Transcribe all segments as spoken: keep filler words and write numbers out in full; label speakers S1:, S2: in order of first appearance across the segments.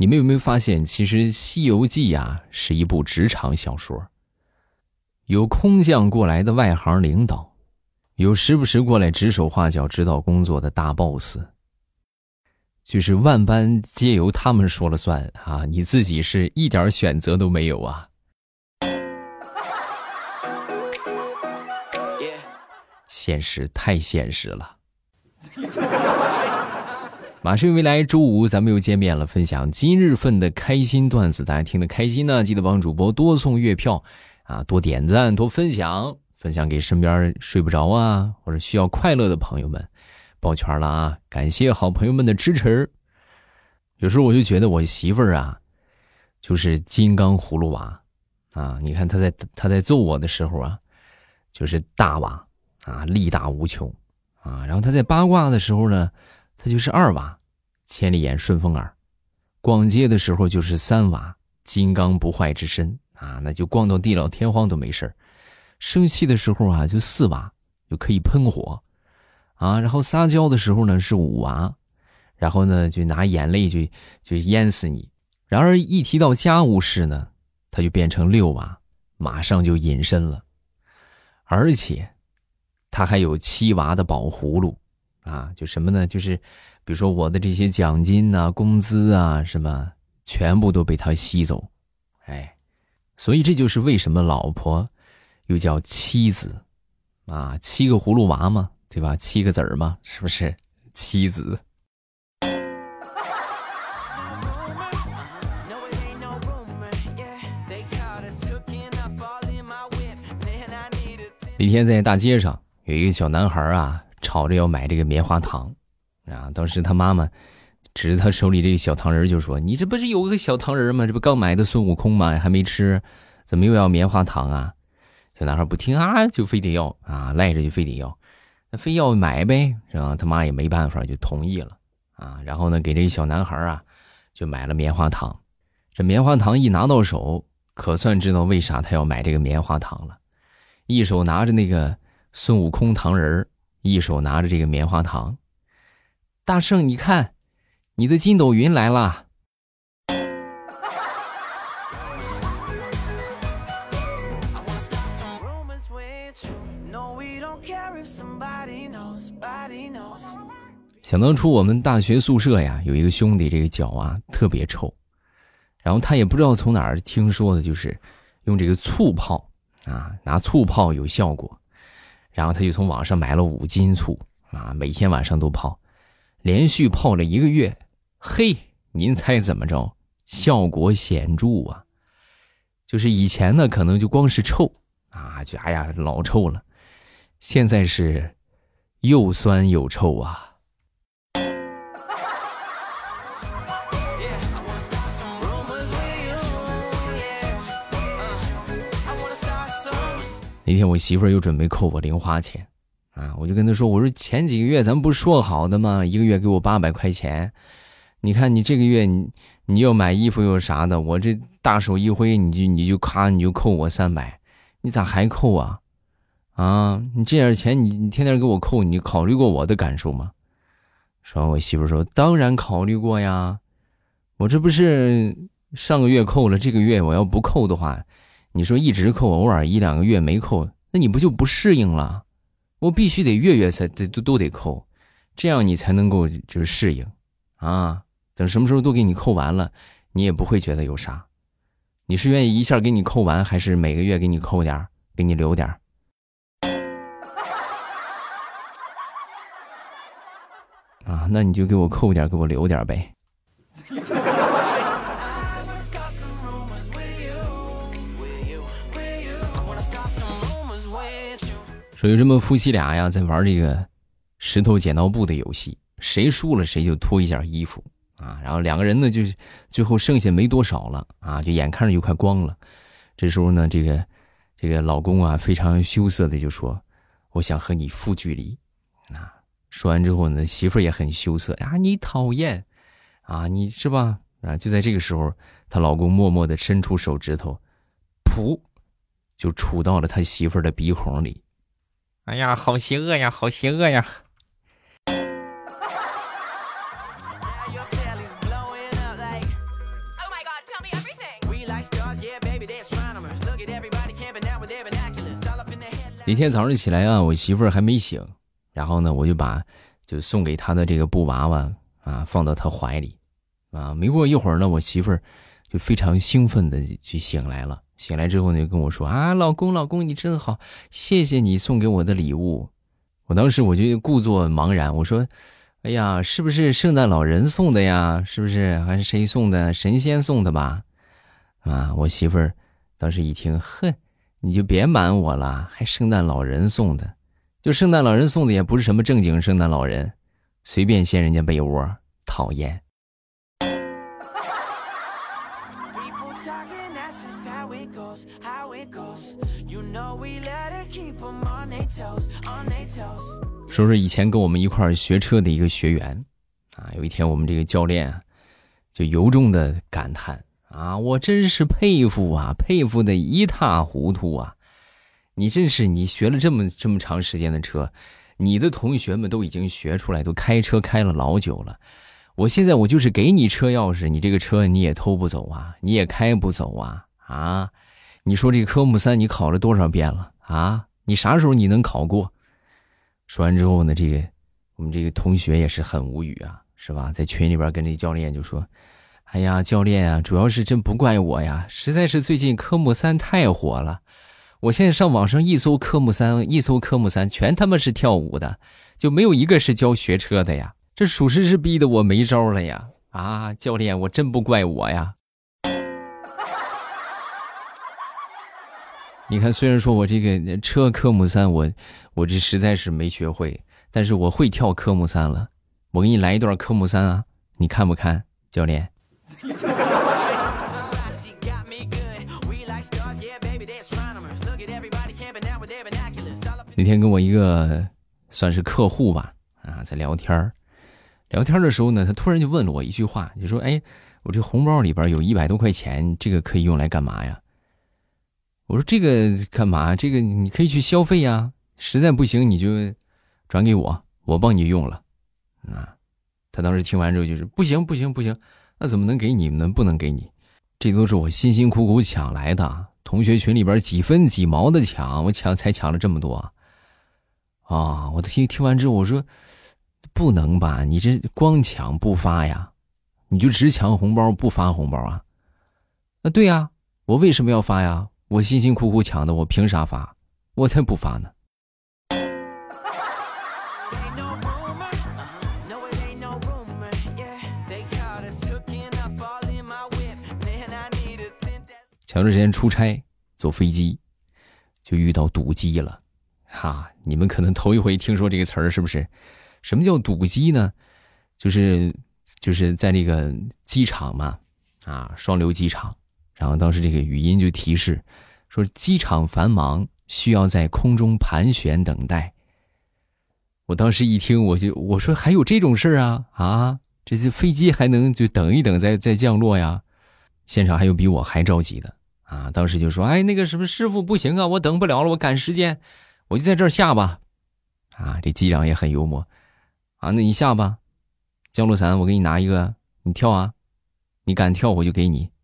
S1: 你们有没有发现，其实《西游记》啊是一部职场小说，有空降过来的外行领导，有时不时过来指手画脚指导工作的大 boss， 就是万般皆由他们说了算啊，你自己是一点选择都没有啊。现实太现实了。马上未来周五咱们又见面了，分享今日份的开心段子，大家听得开心呢，记得帮主播多送月票啊，多点赞，多分享，分享给身边睡不着啊或者需要快乐的朋友们。抱拳了啊，感谢好朋友们的支持。有时候我就觉得我媳妇儿啊就是金刚葫芦娃啊，你看她在她在揍我的时候啊就是大娃啊，力大无穷啊，然后她在八卦的时候呢他就是二娃，千里眼顺风耳；逛街的时候就是三娃，金刚不坏之身啊，那就逛到地老天荒都没事。生气的时候啊，就四娃，就可以喷火啊。然后撒娇的时候呢是五娃，然后呢就拿眼泪就就淹死你。然而一提到家务事呢，他就变成六娃，马上就隐身了。而且他还有七娃的宝葫芦。啊，就什么呢？就是比如说我的这些奖金啊、工资啊什么，全部都被他吸走。哎，所以这就是为什么老婆又叫妻子啊，七个葫芦娃嘛，对吧？七个子儿嘛，是不是？妻子。那天在大街上有一个小男孩啊，吵着要买这个棉花糖啊，当时他妈妈指着他手里这个小糖人就说，你这不是有个小糖人吗？这不刚买的孙悟空吗？还没吃，怎么又要棉花糖啊？小男孩不听啊，就非得要啊，赖着就非得要，那非要买呗，是吧？他妈也没办法，就同意了啊。然后呢，给这小男孩啊就买了棉花糖。这棉花糖一拿到手，可算知道为啥他要买这个棉花糖了。一手拿着那个孙悟空糖人，一手拿着这个棉花糖。大圣，你看，你的筋斗云来了。想当初我们大学宿舍呀，有一个兄弟，这个脚啊特别臭，然后他也不知道从哪儿听说的，就是用这个醋泡啊，拿醋泡有效果，然后他就从网上买了五斤醋啊，每天晚上都泡，连续泡了一个月，嘿，您猜怎么着？效果显著啊！就是以前呢，可能就光是臭啊，就哎呀老臭了，现在是又酸又臭啊。那天我媳妇儿又准备扣我零花钱啊，我就跟她说，我说前几个月咱们不是说好的吗？一个月给我八百块钱，你看你这个月你你又买衣服又啥的，我这大手一挥，你就你就咔你就扣我三百，你咋还扣啊？啊，你这点钱你你天天给我扣，你考虑过我的感受吗？说完我媳妇说，当然考虑过呀，我这不是上个月扣了，这个月我要不扣的话，你说一直扣，偶尔一两个月没扣，那你不就不适应了？我必须得月月才都都得扣，这样你才能够就是适应啊。等什么时候都给你扣完了，你也不会觉得有啥。你是愿意一下给你扣完，还是每个月给你扣点，给你留点？啊，那你就给我扣点，给我留点呗。说有这么夫妻俩呀，在玩这个石头剪刀布的游戏，谁输了谁就脱一件衣服啊，然后两个人呢就最后剩下没多少了啊，就眼看着就快光了。这时候呢，这个这个老公啊非常羞涩的就说，我想和你负距离啊。说完之后呢，媳妇儿也很羞涩啊，你讨厌啊，你是吧？啊，就在这个时候，她老公默默的伸出手指头，噗，就杵到了他媳妇儿的鼻孔里。哎呀，好邪恶呀，好邪恶呀！ 一天早上起来啊，我媳妇儿还没醒，然后呢，我就把就送给她的这个布娃娃啊放到她怀里，啊，没过一会儿呢，我媳妇儿就非常兴奋的就醒来了。醒来之后呢，就跟我说啊，老公，老公你真好，谢谢你送给我的礼物。我当时我就故作茫然，我说，哎呀，是不是圣诞老人送的呀？是不是还是谁送的？神仙送的吧？啊，我媳妇儿当时一听，哼，你就别瞒我了，还圣诞老人送的，就圣诞老人送的也不是什么正经圣诞老人，随便掀人家被窝，讨厌。说说以前跟我们一块儿学车的一个学员啊，有一天我们这个教练啊，就由衷的感叹啊，我真是佩服啊，佩服的一塌糊涂啊！你真是你学了这么这么长时间的车，你的同学们都已经学出来，都开车开了老久了。我现在我就是给你车钥匙，你这个车你也偷不走啊，你也开不走啊啊！你说这个科目三你考了多少遍了啊？你啥时候你能考过？说完之后呢，这个我们这个同学也是很无语啊，是吧？在群里边跟这教练就说，哎呀，教练啊，主要是真不怪我呀，实在是最近科目三太火了，我现在上网上一搜科目三，一搜科目三，全他妈是跳舞的，就没有一个是教学车的呀，这属实是逼得我没招了呀！啊，教练，我真不怪我呀。你看，虽然说我这个车科目三我我这实在是没学会，但是我会跳科目三了。我给你来一段科目三啊，你看不看，教练？那天跟我一个算是客户吧，啊，在聊天聊天的时候呢，他突然就问了我一句话，就说：“哎，我这红包里边有一百多块钱，这个可以用来干嘛呀？”我说：“这个干嘛？这个你可以去消费呀，实在不行你就转给我，我帮你用了。”啊，他当时听完之后就是不行不行不行，那怎么能给你们呢？不能给你，这都是我辛辛苦苦抢来的，同学群里边几分几毛的抢，我抢才抢了这么多啊！我听听完之后我说不能吧，你这光抢不发呀，你就只抢红包不发红包啊？那对呀，我为什么要发呀？我辛辛苦苦抢的，我凭啥发？我才不发呢。前段时间出差坐飞机就遇到堵机了哈，你们可能头一回听说这个词儿，是不是？什么叫堵机呢？就是就是在这个机场嘛，啊，双流机场，然后当时这个语音就提示说机场繁忙，需要在空中盘旋等待。我当时一听，我就我说还有这种事啊啊！这些飞机还能就等一等再再降落呀？现场还有比我还着急的啊！当时就说，哎，那个什么师傅不行啊，我等不了了，我赶时间，我就在这儿下吧。啊，这机长也很幽默啊，那你下吧，降落伞我给你拿一个，你跳啊，你敢跳我就给你。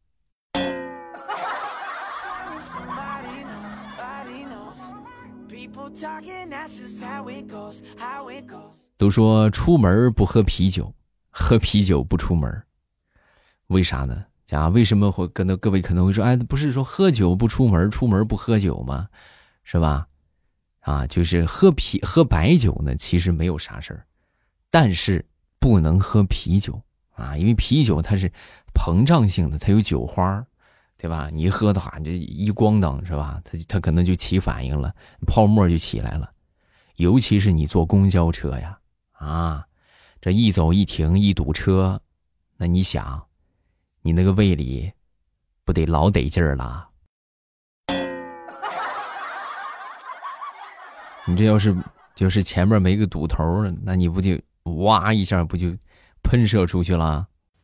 S1: 都说出门不喝啤酒，喝啤酒不出门，为啥呢？啊，为什么会跟到各位可能会说，哎，不是说喝酒不出门，出门不喝酒吗？是吧？啊，就是喝啤喝白酒呢，其实没有啥事儿，但是不能喝啤酒啊，因为啤酒它是膨胀性的，它有酒花，对吧？你一喝的话，你这一咣当是吧？它它可能就起反应了，泡沫就起来了。尤其是你坐公交车呀，啊，这一走一停一堵车，那你想，你那个胃里不得老得劲儿了？你这要是就是前面没个堵头，那你不就哇一下不就喷射出去了？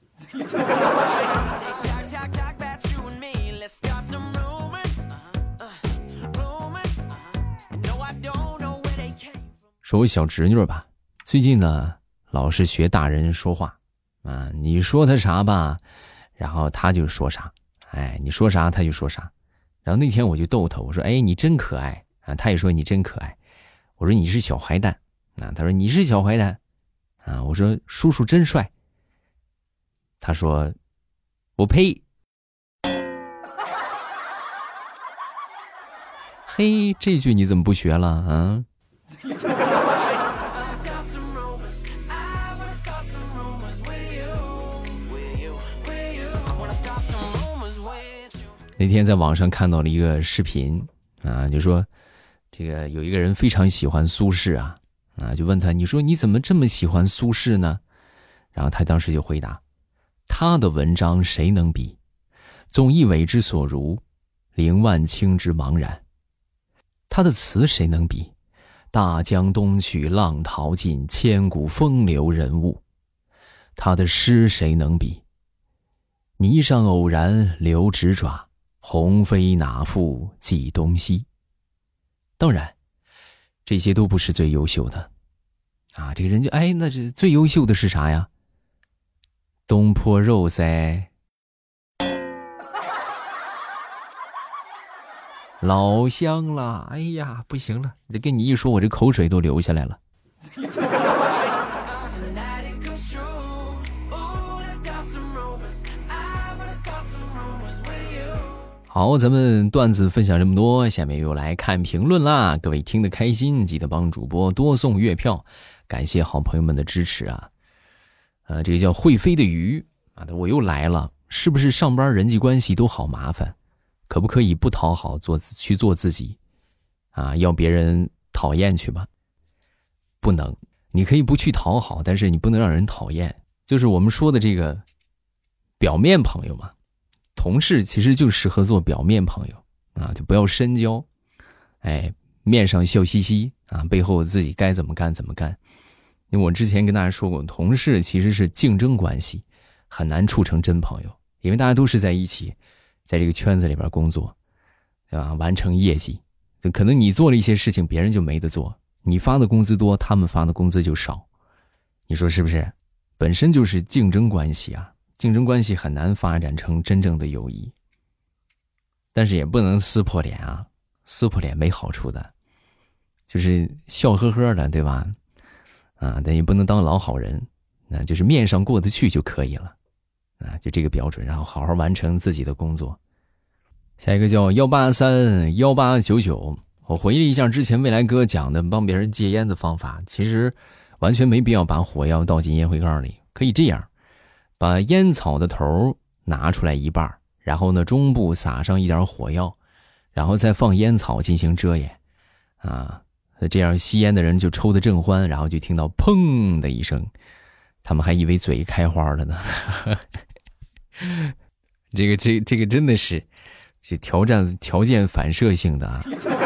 S1: 说我小侄女吧，最近呢老是学大人说话啊，你说他啥吧，然后他就说啥，哎，你说啥他就说啥。然后那天我就逗他，我说，哎，你真可爱啊，他也说你真可爱。我说你是小坏蛋啊，他说你是小坏蛋啊，我说叔叔真帅。他说我呸。嘿，这句你怎么不学了啊？那天在网上看到了一个视频啊，就说这个有一个人非常喜欢苏轼啊，啊，就问他，你说你怎么这么喜欢苏轼呢？然后他当时就回答，他的文章谁能比？纵一苇之所如，凌万顷之茫然。他的词谁能比？大江东去，浪淘尽，千古风流人物。他的诗谁能比？泥上偶然留指爪，鸿飞哪复计东西。当然这些都不是最优秀的啊，这个人就哎，那是最优秀的是啥呀？东坡肉噻，老香了。哎呀，不行了，这跟你一说，我这口水都流下来了。好，咱们段子分享这么多，下面又来看评论啦。各位听得开心，记得帮主播多送月票，感谢好朋友们的支持啊。呃，这个叫会飞的鱼啊，我又来了，是不是上班人际关系都好麻烦？可不可以不讨好，做去做自己啊？要别人讨厌去吧？不能，你可以不去讨好，但是你不能让人讨厌。就是我们说的这个表面朋友嘛。同事其实就适合做表面朋友啊，就不要深交，哎，面上笑嘻嘻啊，背后自己该怎么干怎么干。因为我之前跟大家说过，同事其实是竞争关系，很难处成真朋友，因为大家都是在一起，在这个圈子里边工作，对吧？完成业绩，就可能你做了一些事情，别人就没得做，你发的工资多，他们发的工资就少，你说是不是？本身就是竞争关系啊。竞争关系很难发展成真正的友谊，但是也不能撕破脸啊，撕破脸没好处的，就是笑呵呵的，对吧？啊，但也不能当老好人，那就是面上过得去就可以了，啊，就这个标准，然后好好完成自己的工作。下一个叫幺八三幺八九九，我回忆一下之前未来哥讲的帮别人戒烟的方法，其实完全没必要把火药倒进烟灰缸里，可以这样。把烟草的头拿出来一半，然后呢中部撒上一点火药，然后再放烟草进行遮掩啊，这样吸烟的人就抽得正欢，然后就听到砰的一声，他们还以为嘴开花了呢。这个这这个真的是就条件条件反射性的啊。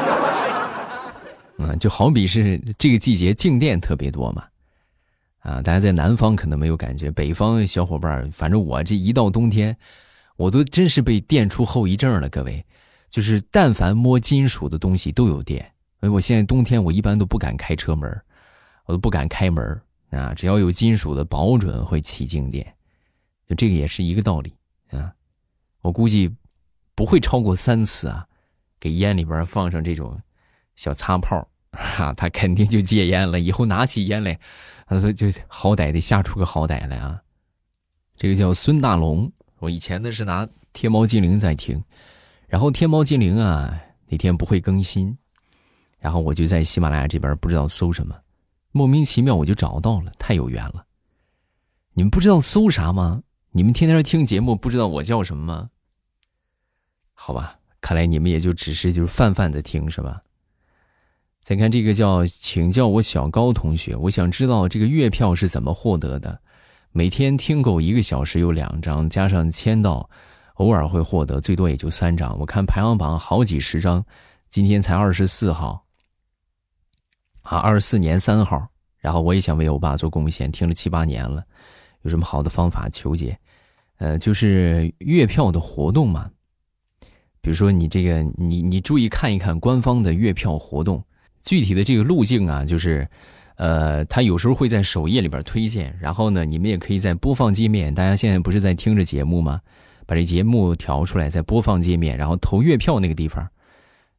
S1: 嗯，就好比是这个季节静电特别多嘛。啊，大家在南方可能没有感觉，北方小伙伴，反正我这一到冬天，我都真是被电出后遗症了。各位，就是但凡摸金属的东西都有电，所以我现在冬天我一般都不敢开车门，我都不敢开门啊，只要有金属的，保准会起静电。就这个也是一个道理啊，我估计不会超过三次啊，给烟里边放上这种小擦炮，哈，他肯定就戒烟了，以后拿起烟来。他就好歹得吓出个好歹来啊！这个叫孙大龙，我以前的是拿天猫精灵在听，然后天猫精灵啊那天不会更新，然后我就在喜马拉雅这边不知道搜什么，莫名其妙我就找到了，太有缘了。你们不知道搜啥吗？你们天天听节目不知道我叫什么吗？好吧，看来你们也就只是就是泛泛的听是吧？再看这个叫请教我小高同学，我想知道这个月票是怎么获得的。每天听够一个小时有两张，加上签到偶尔会获得，最多也就三张。我看排行榜好几十张，今天才二十四号啊，二十四年三号。然后我也想为我爸做贡献，听了七八年了，有什么好的方法求解？呃，就是月票的活动嘛，比如说你这个你你注意看一看官方的月票活动。具体的这个路径啊，就是呃他有时候会在首页里边推荐，然后呢你们也可以在播放界面，大家现在不是在听着节目吗？把这节目调出来，在播放界面，然后投月票那个地方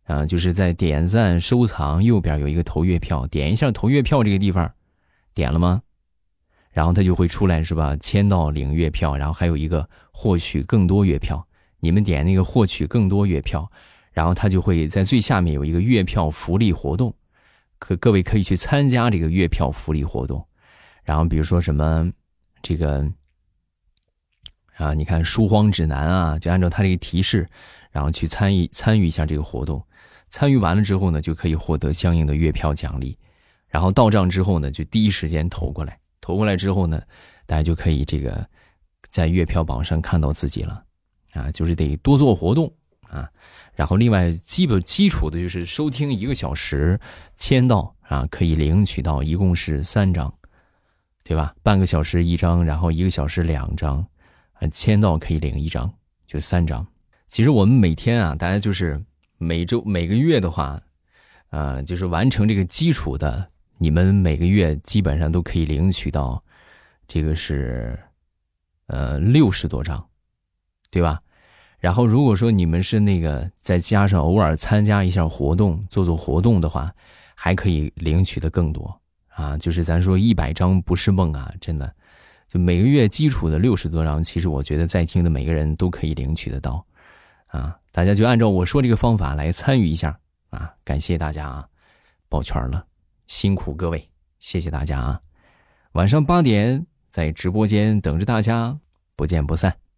S1: 啊，就是在点赞收藏右边有一个投月票，点一下投月票这个地方，点了吗？然后它就会出来是吧？签到领月票，然后还有一个获取更多月票，你们点那个获取更多月票，然后它就会在最下面有一个月票福利活动，可各位可以去参加这个月票福利活动。然后比如说什么这个啊，你看书荒指南啊，就按照它这个提示，然后去参与参与一下这个活动。参与完了之后呢，就可以获得相应的月票奖励。然后到账之后呢，就第一时间投过来。投过来之后呢，大家就可以这个在月票榜上看到自己了啊，就是得多做活动啊。然后另外基本基础的就是收听一个小时，签到啊可以领取到一共是三张，对吧？半个小时一张，然后一个小时两张，啊签到可以领一张，就三张。其实我们每天啊，大家就是每周每个月的话，呃，就是完成这个基础的。你们每个月基本上都可以领取到，这个是，呃，六十多张，对吧？然后如果说你们是那个再加上偶尔参加一下活动，做做活动的话，还可以领取的更多啊！就是咱说一百张不是梦啊，真的，就每个月基础的六十多张，其实我觉得在听的每个人都可以领取得到啊！大家就按照我说这个方法来参与一下啊！感谢大家啊，抱拳了。辛苦各位，谢谢大家啊！晚上八点在直播间等着大家，不见不散。